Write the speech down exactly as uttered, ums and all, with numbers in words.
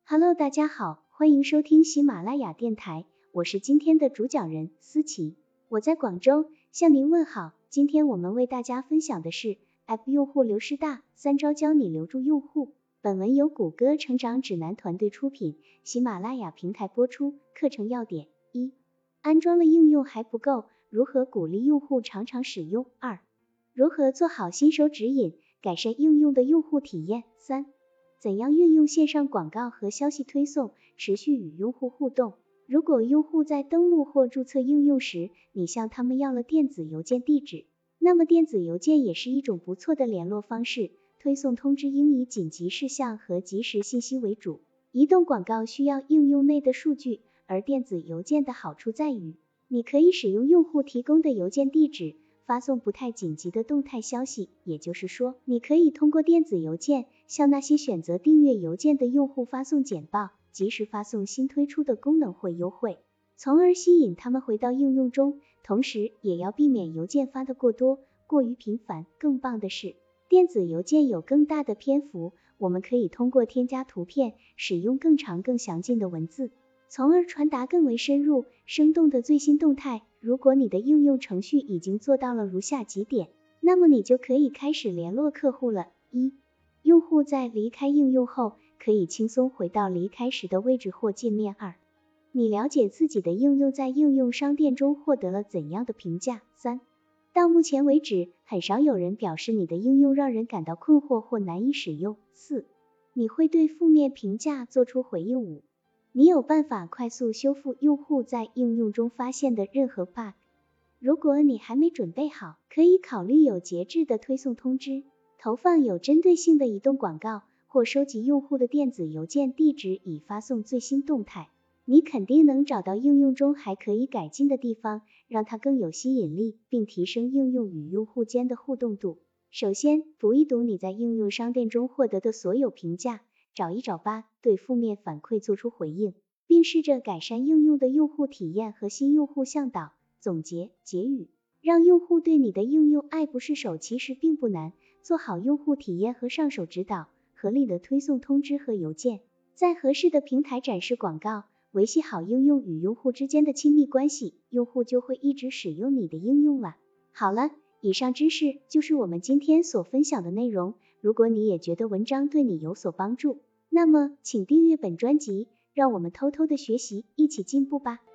Hello， 大家好，欢迎收听喜马拉雅电台，我是今天的主讲人思琪，我在广州向您问好。今天我们为大家分享的是 App 用户流失大，三招教你留住用户。本文由谷歌成长指南团队出品，喜马拉雅平台播出。课程要点：一、安装了应用还不够，如何鼓励用户常常使用？二、如何做好新手指引，改善应用的用户体验？三、怎样运用线上广告和消息推送，持续与用户互动？如果用户在登录或注册应用时，你向他们要了电子邮件地址，那么电子邮件也是一种不错的联络方式。推送通知应以紧急事项和即时信息为主。移动广告需要应用内的数据，而电子邮件的好处在于，你可以使用用户提供的邮件地址，发送不太紧急的动态消息，也就是说，你可以通过电子邮件向那些选择订阅邮件的用户发送简报，及时发送新推出的功能或优惠，从而吸引他们回到应用中，同时也要避免邮件发得过多、过于频繁。更棒的是，电子邮件有更大的篇幅，我们可以通过添加图片，使用更长更详尽的文字，从而传达更为深入、生动的最新动态。如果你的应用程序已经做到了如下几点，那么你就可以开始联络客户了。一、用户在离开应用后，可以轻松回到离开时的位置或界面。二、你了解自己的应用在应用商店中获得了怎样的评价。三、到目前为止，很少有人表示你的应用让人感到困惑或难以使用。四、你会对负面评价做出回应。五、你有办法快速修复用户在应用中发现的任何 bug。如果你还没准备好，可以考虑有节制的推送通知，投放有针对性的移动广告，或收集用户的电子邮件地址以发送最新动态。你肯定能找到应用中还可以改进的地方，让它更有吸引力，并提升应用与用户间的互动度。首先，读一读你在应用商店中获得的所有评价，找一找吧，对负面反馈做出回应，并试着改善应用的用户体验和新用户向导。总结结语，让用户对你的应用爱不释手其实并不难，做好用户体验和上手指导，合理的推送通知和邮件，在合适的平台展示广告，维系好应用与用户之间的亲密关系，用户就会一直使用你的应用了。好了，以上知识就是我们今天所分享的内容，如果你也觉得文章对你有所帮助，那么请订阅本专辑，让我们偷偷的学习，一起进步吧。